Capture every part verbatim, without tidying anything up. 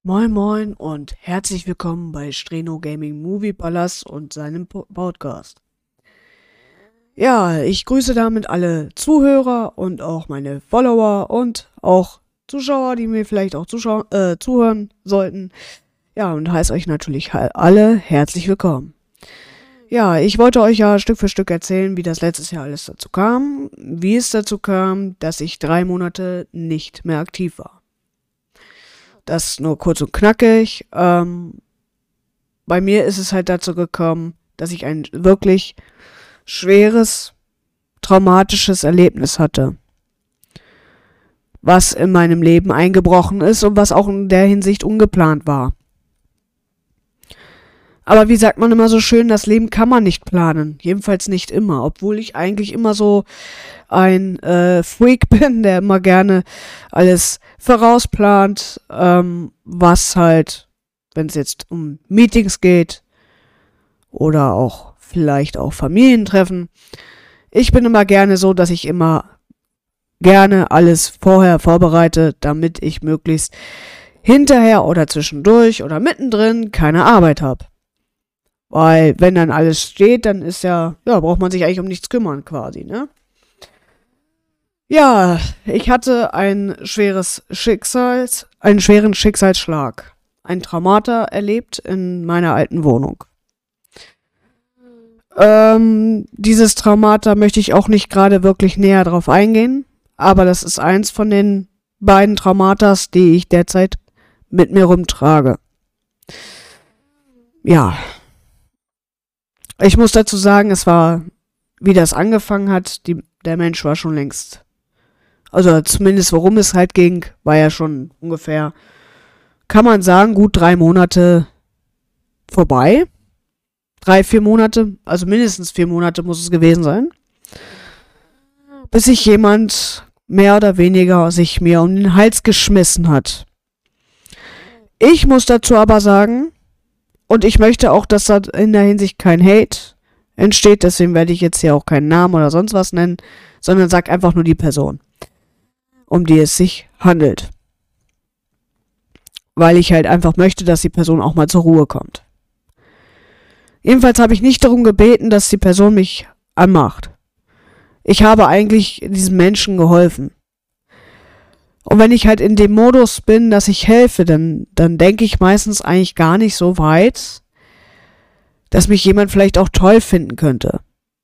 Moin Moin und herzlich willkommen bei Streno Gaming Movie Palast und seinem Po- Podcast. Ja, ich grüße damit alle Zuhörer und auch meine Follower und auch Zuschauer, die mir vielleicht auch zuschau äh, zuhören sollten. Ja, und heiße euch natürlich he- alle herzlich willkommen. Ja, ich wollte euch ja Stück für Stück erzählen, wie das letztes Jahr alles dazu kam, wie es dazu kam, dass ich drei Monate nicht mehr aktiv war. Das nur kurz und knackig. Ähm, bei mir ist es halt dazu gekommen, dass ich ein wirklich schweres, traumatisches Erlebnis hatte, was in meinem Leben eingebrochen ist und was auch in der Hinsicht ungeplant war. Aber wie sagt man immer so schön, das Leben kann man nicht planen. Jedenfalls nicht immer. Obwohl ich eigentlich immer so ein äh, Freak bin, der immer gerne alles vorausplant, ähm, was halt, wenn es jetzt um Meetings geht oder auch vielleicht auch Familientreffen. Ich bin immer gerne so, dass ich immer gerne alles vorher vorbereite, damit ich möglichst hinterher oder zwischendurch oder mittendrin keine Arbeit habe. Weil, wenn dann alles steht, dann ist ja, ja, braucht man sich eigentlich um nichts kümmern, quasi, ne? Ja, ich hatte ein schweres Schicksals, einen schweren Schicksalsschlag, ein Traumata erlebt in meiner alten Wohnung. Ähm, dieses Traumata möchte ich auch nicht gerade wirklich näher drauf eingehen, aber das ist eins von den beiden Traumatas, die ich derzeit mit mir rumtrage. Ja. Ich muss dazu sagen, es war, wie das angefangen hat, die, der Mensch war schon längst, also zumindest worum es halt ging, war ja schon ungefähr, kann man sagen, gut drei Monate vorbei. Drei, vier Monate, also mindestens vier Monate muss es gewesen sein, bis sich jemand mehr oder weniger sich mir um den Hals geschmissen hat. Ich muss dazu aber sagen, und ich möchte auch, dass da in der Hinsicht kein Hate entsteht, deswegen werde ich jetzt hier auch keinen Namen oder sonst was nennen, sondern sag einfach nur die Person, um die es sich handelt. Weil ich halt einfach möchte, dass die Person auch mal zur Ruhe kommt. Jedenfalls habe ich nicht darum gebeten, dass die Person mich anmacht. Ich habe eigentlich diesem Menschen geholfen. Und wenn ich halt in dem Modus bin, dass ich helfe, dann, dann denke ich meistens eigentlich gar nicht so weit, dass mich jemand vielleicht auch toll finden könnte.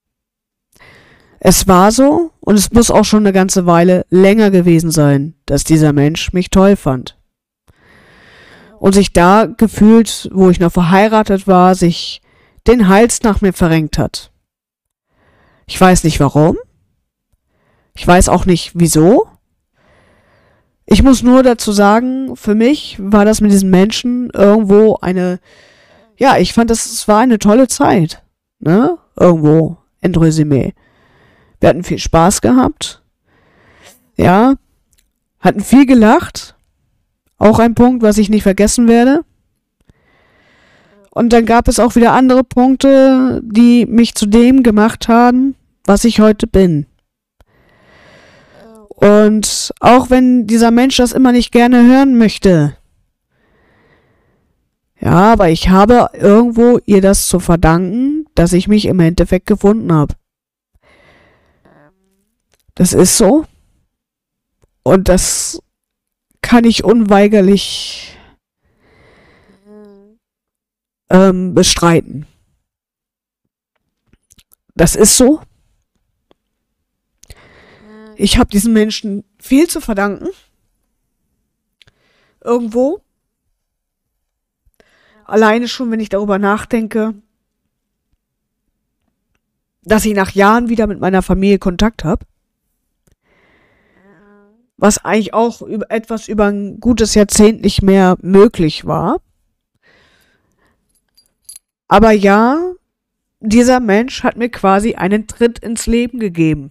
Es war so, und es muss auch schon eine ganze Weile länger gewesen sein, dass dieser Mensch mich toll fand. Und sich da gefühlt, wo ich noch verheiratet war, sich den Hals nach mir verrenkt hat. Ich weiß nicht warum. Ich weiß auch nicht wieso. Ich muss nur dazu sagen, für mich war das mit diesen Menschen irgendwo eine, ja, ich fand, das, es war eine tolle Zeit, ne, irgendwo, in Resümee. Wir hatten viel Spaß gehabt, ja, hatten viel gelacht, auch ein Punkt, was ich nicht vergessen werde. Und dann gab es auch wieder andere Punkte, die mich zu dem gemacht haben, was ich heute bin. Und auch wenn dieser Mensch das immer nicht gerne hören möchte. Ja, aber ich habe irgendwo ihr das zu verdanken, dass ich mich im Endeffekt gefunden habe. Das ist so. Und das kann ich unweigerlich ähm, bestreiten. Das ist so. Ich habe diesen Menschen viel zu verdanken. Irgendwo. Alleine schon, wenn ich darüber nachdenke, dass ich nach Jahren wieder mit meiner Familie Kontakt habe. Was eigentlich auch über etwas über ein gutes Jahrzehnt nicht mehr möglich war. Aber ja, dieser Mensch hat mir quasi einen Tritt ins Leben gegeben.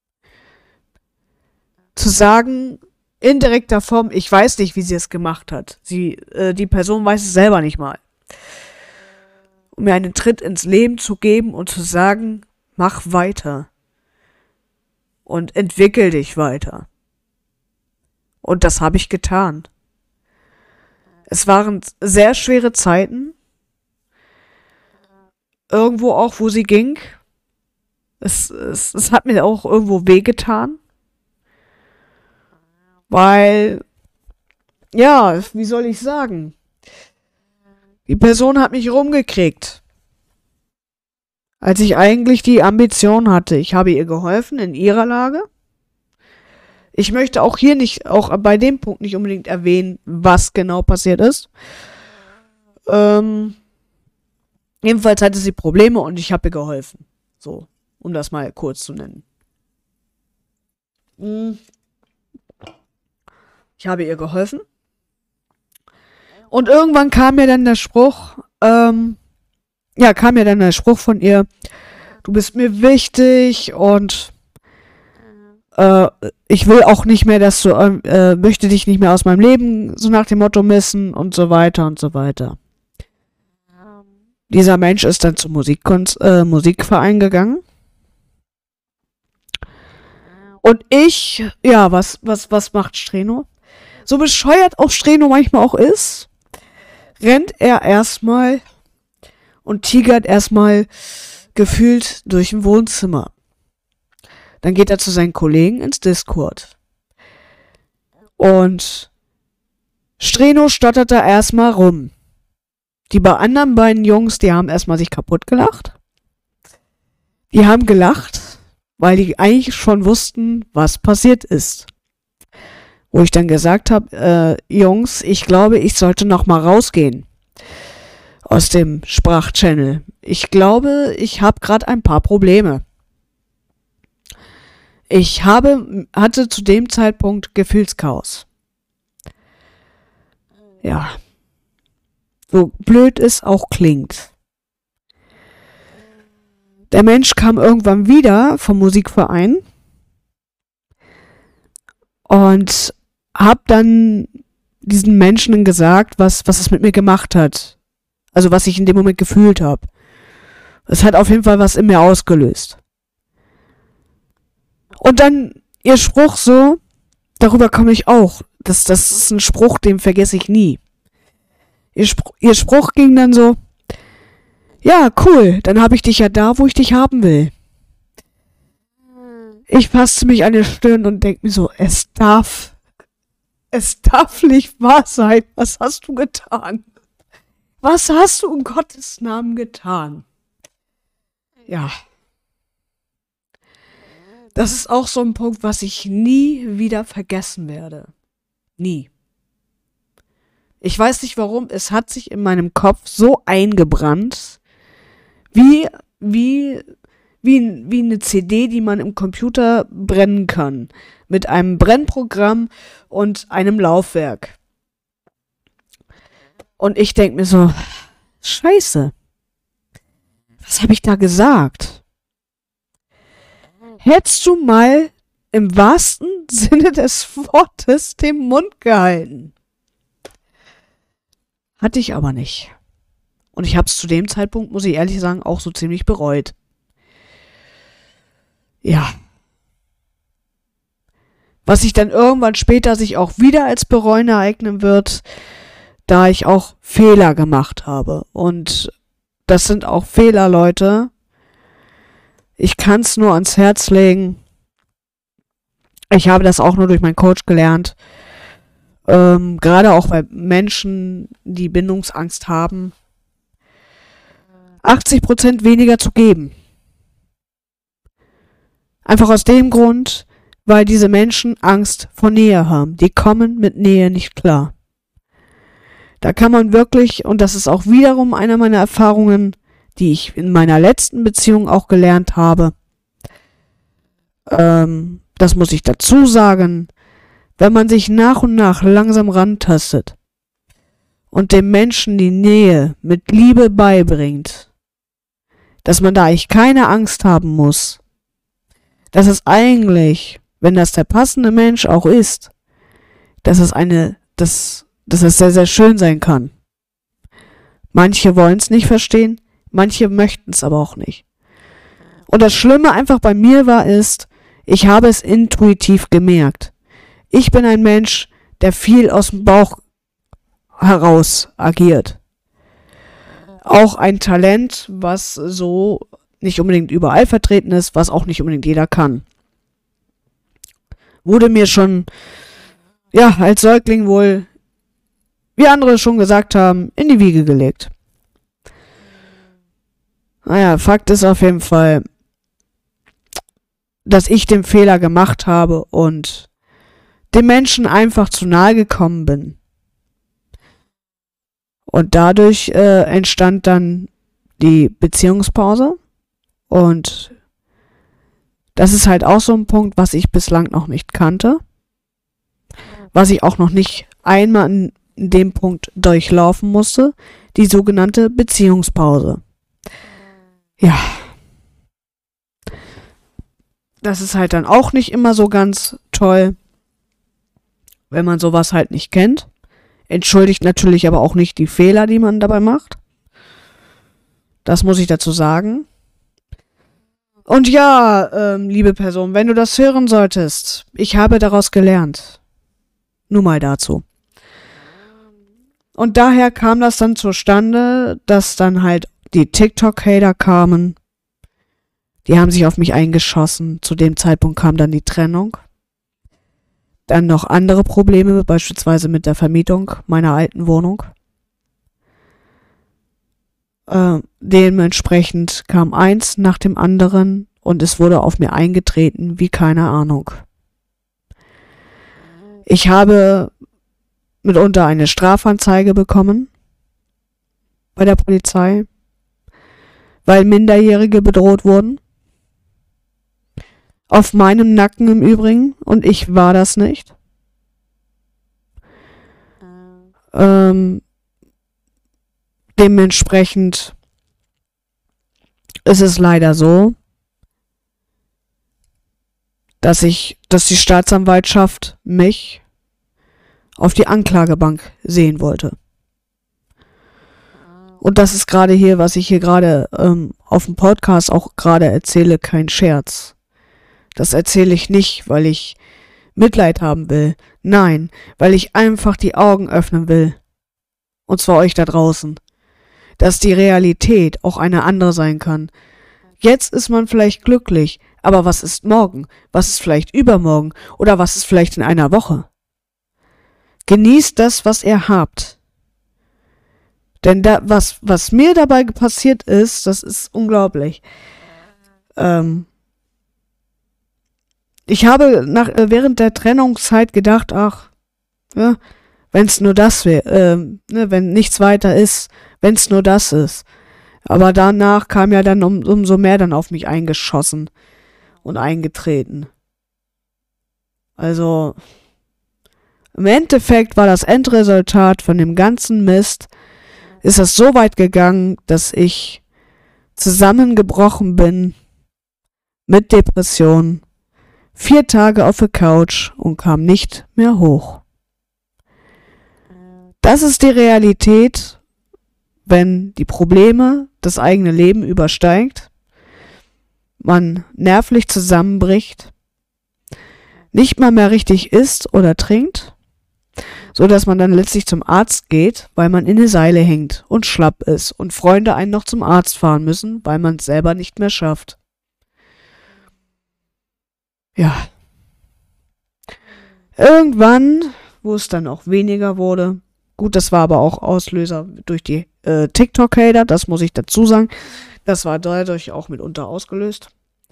Zu sagen, in direkter Form, ich weiß nicht, wie sie es gemacht hat. Sie, äh, die Person weiß es selber nicht mal. Um mir einen Tritt ins Leben zu geben und zu sagen, mach weiter. Und entwickel dich weiter. Und das habe ich getan. Es waren sehr schwere Zeiten. Irgendwo auch, wo sie ging. Es, es, es hat mir auch irgendwo wehgetan. Weil, ja, wie soll ich sagen? Die Person hat mich rumgekriegt. Als ich eigentlich die Ambition hatte. Ich habe ihr geholfen in ihrer Lage. Ich möchte auch hier nicht, auch bei dem Punkt nicht unbedingt erwähnen, was genau passiert ist. Ähm, jedenfalls hatte sie Probleme und ich habe ihr geholfen. So, um das mal kurz zu nennen. Ich habe ihr geholfen. Und irgendwann kam mir dann der Spruch, ähm, ja, kam mir dann der Spruch von ihr, du bist mir wichtig und äh, ich will auch nicht mehr, dass du, äh, möchte dich nicht mehr aus meinem Leben, so nach dem Motto missen und so weiter und so weiter. Dieser Mensch ist dann zum Musikkunst, äh, Musikverein gegangen. Und ich, ja, was, was, was macht Streno? So bescheuert auch Streno manchmal auch ist, rennt er erstmal und tigert erstmal gefühlt durch ein Wohnzimmer. Dann geht er zu seinen Kollegen ins Discord. Und Streno stottert da erstmal rum. Die bei anderen beiden Jungs, die haben erstmal sich kaputt gelacht. Die haben gelacht, weil die eigentlich schon wussten, was passiert ist. Wo ich dann gesagt habe, äh, Jungs, ich glaube, ich sollte noch mal rausgehen aus dem Sprachchannel. Ich glaube, ich habe gerade ein paar Probleme. Ich habe, hatte zu dem Zeitpunkt Gefühlschaos. Ja. So blöd es auch klingt. Der Mensch kam irgendwann wieder vom Musikverein und hab dann diesen Menschen gesagt, was, was es mit mir gemacht hat. Also was ich in dem Moment gefühlt habe. Es hat auf jeden Fall was in mir ausgelöst. Und dann ihr Spruch so, darüber komme ich auch. Das, das ist ein Spruch, den vergesse ich nie. Ihr, Spr- ihr Spruch ging dann so, ja, cool, dann habe ich dich ja da, wo ich dich haben will. Ich fasste mich an die Stirn und denke mir so, es darf, es darf nicht wahr sein. Was hast du getan? Was hast du in Gottes Namen getan? Ja. Das ist auch so ein Punkt, was ich nie wieder vergessen werde. Nie. Ich weiß nicht warum, es hat sich in meinem Kopf so eingebrannt, wie, wie, wie, wie eine C D, die man im Computer brennen kann. Mit einem Brennprogramm und einem Laufwerk. Und ich denke mir so, Scheiße. Was habe ich da gesagt? Hättest du mal im wahrsten Sinne des Wortes den Mund gehalten. Hatte ich aber nicht. Und ich habe es zu dem Zeitpunkt, muss ich ehrlich sagen, auch so ziemlich bereut. Ja. Was sich dann irgendwann später sich auch wieder als Bereuen ereignen wird, da ich auch Fehler gemacht habe. Und das sind auch Fehler, Leute. Ich kann es nur ans Herz legen. Ich habe das auch nur durch meinen Coach gelernt. Ähm, gerade auch bei Menschen, die Bindungsangst haben. achtzig Prozent weniger zu geben. Einfach aus dem Grund, weil diese Menschen Angst vor Nähe haben. Die kommen mit Nähe nicht klar. Da kann man wirklich, und das ist auch wiederum eine meiner Erfahrungen, die ich in meiner letzten Beziehung auch gelernt habe, ähm, das muss ich dazu sagen, wenn man sich nach und nach langsam rantastet und dem Menschen die Nähe mit Liebe beibringt, dass man da eigentlich keine Angst haben muss, dass es eigentlich, wenn das der passende Mensch auch ist, dass es eine, dass, dass es sehr, sehr schön sein kann. Manche wollen es nicht verstehen, manche möchten es aber auch nicht. Und das Schlimme einfach bei mir war, ist, ich habe es intuitiv gemerkt. Ich bin ein Mensch, der viel aus dem Bauch heraus agiert. Auch ein Talent, was so nicht unbedingt überall vertreten ist, was auch nicht unbedingt jeder kann. Wurde mir schon, ja, als Säugling wohl, wie andere schon gesagt haben, in die Wiege gelegt. Naja, Fakt ist auf jeden Fall, dass ich den Fehler gemacht habe und dem Menschen einfach zu nahe gekommen bin. Und dadurch äh, entstand dann die Beziehungspause. Und das ist halt auch so ein Punkt, was ich bislang noch nicht kannte. Was ich auch noch nicht einmal in dem Punkt durchlaufen musste. Die sogenannte Beziehungspause. Ja. Das ist halt dann auch nicht immer so ganz toll, wenn man sowas halt nicht kennt. Entschuldigt natürlich aber auch nicht die Fehler, die man dabei macht. Das muss ich dazu sagen. Und ja, ähm, liebe Person, wenn du das hören solltest, ich habe daraus gelernt. Nur mal dazu. Und daher kam das dann zustande, dass dann halt die TikTok-Hater kamen. Die haben sich auf mich eingeschossen. Zu dem Zeitpunkt kam dann die Trennung. Dann noch andere Probleme, beispielsweise mit der Vermietung meiner alten Wohnung. Äh, dementsprechend kam eins nach dem anderen und es wurde auf mir eingetreten wie keine Ahnung. Ich habe mitunter eine Strafanzeige bekommen bei der Polizei, weil Minderjährige bedroht wurden. Auf meinem Nacken im Übrigen. Und ich war das nicht. Ähm, dementsprechend ist es leider so, dass ich, dass die Staatsanwaltschaft mich auf die Anklagebank sehen wollte. Und das ist gerade hier, was ich hier gerade ähm, auf dem Podcast auch gerade erzähle, kein Scherz. Das erzähle ich nicht, weil ich Mitleid haben will. Nein, weil ich einfach die Augen öffnen will. Und zwar euch da draußen. Dass die Realität auch eine andere sein kann. Jetzt ist man vielleicht glücklich, aber was ist morgen? Was ist vielleicht übermorgen? Oder was ist vielleicht in einer Woche? Genießt das, was ihr habt. Denn da, was, was mir dabei passiert ist, das ist unglaublich. Ähm, Ich habe nach, äh, während der Trennungszeit gedacht, ach, ja, wenn es nur das wäre, äh, ne, wenn nichts weiter ist, wenn es nur das ist. Aber danach kam ja dann um, umso mehr dann auf mich eingeschossen und eingetreten. Also, im Endeffekt war das Endresultat von dem ganzen Mist, ist es so weit gegangen, dass ich zusammengebrochen bin mit Depressionen. Vier Tage auf der Couch und kam nicht mehr hoch. Das ist die Realität, wenn die Probleme das eigene Leben übersteigt, man nervlich zusammenbricht, nicht mal mehr richtig isst oder trinkt, so dass man dann letztlich zum Arzt geht, weil man in die Seile hängt und schlapp ist und Freunde einen noch zum Arzt fahren müssen, weil man es selber nicht mehr schafft. Ja. Irgendwann, wo es dann auch weniger wurde, gut, das war aber auch Auslöser durch die äh, TikTok-Hater, das muss ich dazu sagen, das war dadurch auch mitunter ausgelöst,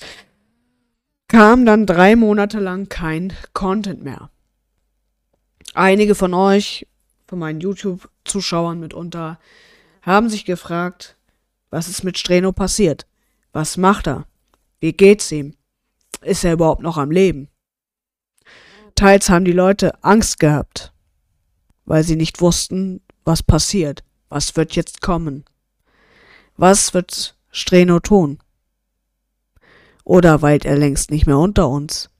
kam dann drei Monate lang kein Content mehr. Einige von euch, von meinen YouTube-Zuschauern mitunter, haben sich gefragt, was ist mit Streno passiert? Was macht er? Wie geht's ihm? Ist er überhaupt noch am Leben? Teils haben die Leute Angst gehabt, weil sie nicht wussten, was passiert. Was wird jetzt kommen? Was wird Streno tun? Oder weilt er längst nicht mehr unter uns?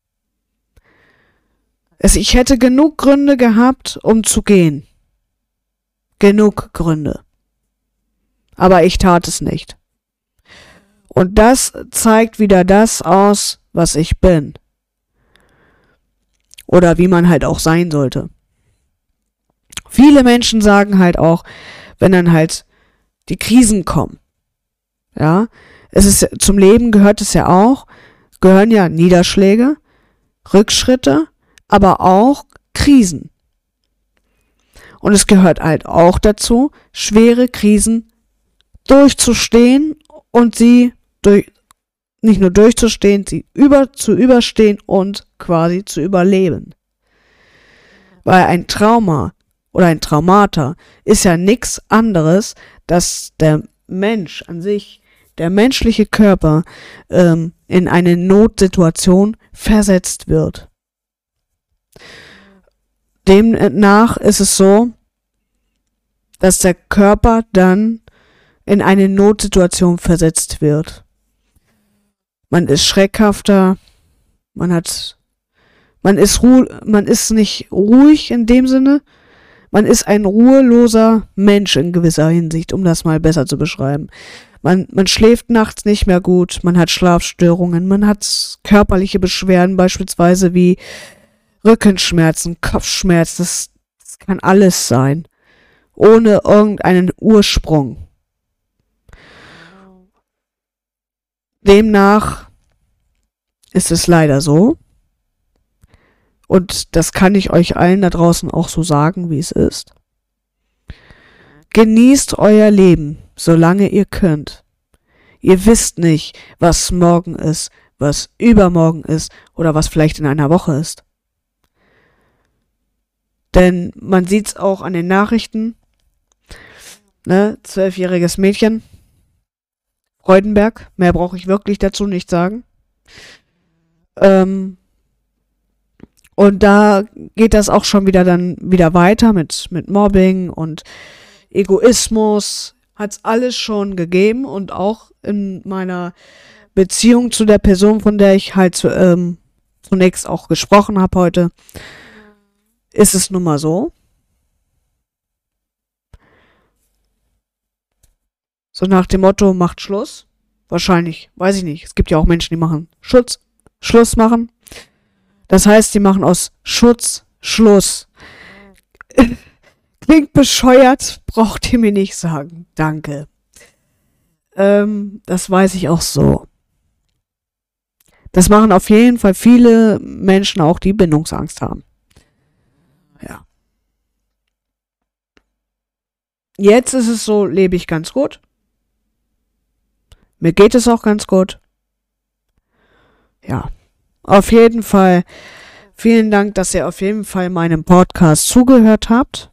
Es, ich hätte genug Gründe gehabt, um zu gehen. Genug Gründe. Aber ich tat es nicht. Und das zeigt wieder das aus, was ich bin. Oder wie man halt auch sein sollte. Viele Menschen sagen halt auch, wenn dann halt die Krisen kommen, ja, es ist, zum Leben gehört es ja auch, gehören ja Niederschläge, Rückschritte, aber auch Krisen. Und es gehört halt auch dazu, schwere Krisen durchzustehen und sie durch, nicht nur durchzustehen, sie über, zu überstehen und quasi zu überleben. Weil ein Trauma oder ein Traumata ist ja nichts anderes, dass der Mensch an sich, der menschliche Körper, ähm, in eine Notsituation versetzt wird. Demnach ist es so, dass der Körper dann in eine Notsituation versetzt wird. Man ist schreckhafter, man hat, man ist ru- man ist nicht ruhig in dem Sinne, man ist ein ruheloser Mensch in gewisser Hinsicht, um das mal besser zu beschreiben. Man, man schläft nachts nicht mehr gut, man hat Schlafstörungen, man hat körperliche Beschwerden, beispielsweise wie Rückenschmerzen, Kopfschmerzen, das, das kann alles sein, ohne irgendeinen Ursprung. Demnach ist es leider so, und das kann ich euch allen da draußen auch so sagen, wie es ist. Genießt euer Leben, solange ihr könnt. Ihr wisst nicht, was morgen ist, was übermorgen ist oder was vielleicht in einer Woche ist. Denn man sieht's auch an den Nachrichten, ne, zwölfjähriges Mädchen, Freudenberg, mehr brauche ich wirklich dazu nicht sagen. Ähm, und da geht das auch schon wieder dann wieder weiter mit, mit Mobbing und Egoismus, hat's alles schon gegeben und auch in meiner Beziehung zu der Person, von der ich halt zu, ähm, zunächst auch gesprochen habe heute, ist es nun mal so. So nach dem Motto, macht Schluss. Wahrscheinlich, weiß ich nicht. Es gibt ja auch Menschen, die machen Schutz, Schluss machen. Das heißt, die machen aus Schutz Schluss. Klingt bescheuert, braucht ihr mir nicht sagen. Danke. Ähm, das weiß ich auch so. Das machen auf jeden Fall viele Menschen auch, die Bindungsangst haben. Ja. Jetzt ist es so, lebe ich ganz gut. Mir geht es auch ganz gut. Ja. Auf jeden Fall vielen Dank, dass ihr auf jeden Fall meinem Podcast zugehört habt.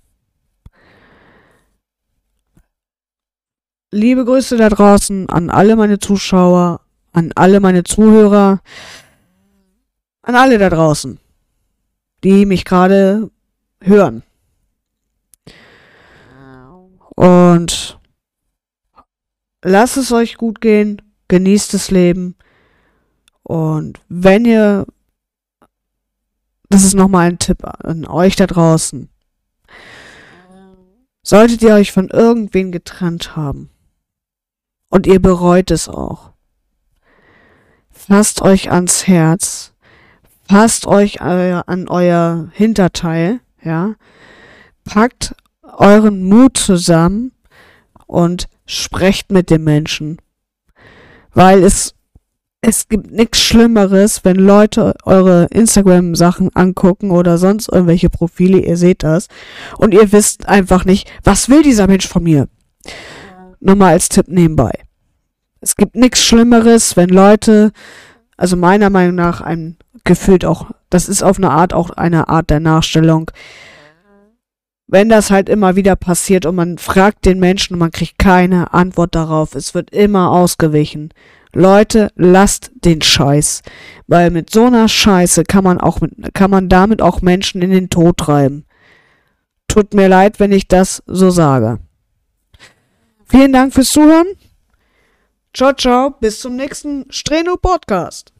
Liebe Grüße da draußen an alle meine Zuschauer, an alle meine Zuhörer, an alle da draußen, die mich gerade hören. Und lasst es euch gut gehen, genießt das Leben. Und wenn ihr, das ist nochmal ein Tipp an euch da draußen, solltet ihr euch von irgendwen getrennt haben und ihr bereut es auch, fasst euch ans Herz, fasst euch euer, an euer Hinterteil, ja, packt euren Mut zusammen und sprecht mit dem Menschen, weil es Es gibt nichts Schlimmeres, wenn Leute eure Instagram-Sachen angucken oder sonst irgendwelche Profile, ihr seht das, und ihr wisst einfach nicht, was will dieser Mensch von mir? Nur mal als Tipp nebenbei. Es gibt nichts Schlimmeres, wenn Leute, also meiner Meinung nach, ein gefühlt auch, das ist auf eine Art auch eine Art der Nachstellung, wenn das halt immer wieder passiert und man fragt den Menschen und man kriegt keine Antwort darauf, es wird immer ausgewichen. Leute, lasst den Scheiß, weil mit so einer Scheiße kann man auch mit, kann man damit auch Menschen in den Tod treiben. Tut mir leid, wenn ich das so sage. Vielen Dank fürs Zuhören. Ciao, ciao, bis zum nächsten Streno Podcast.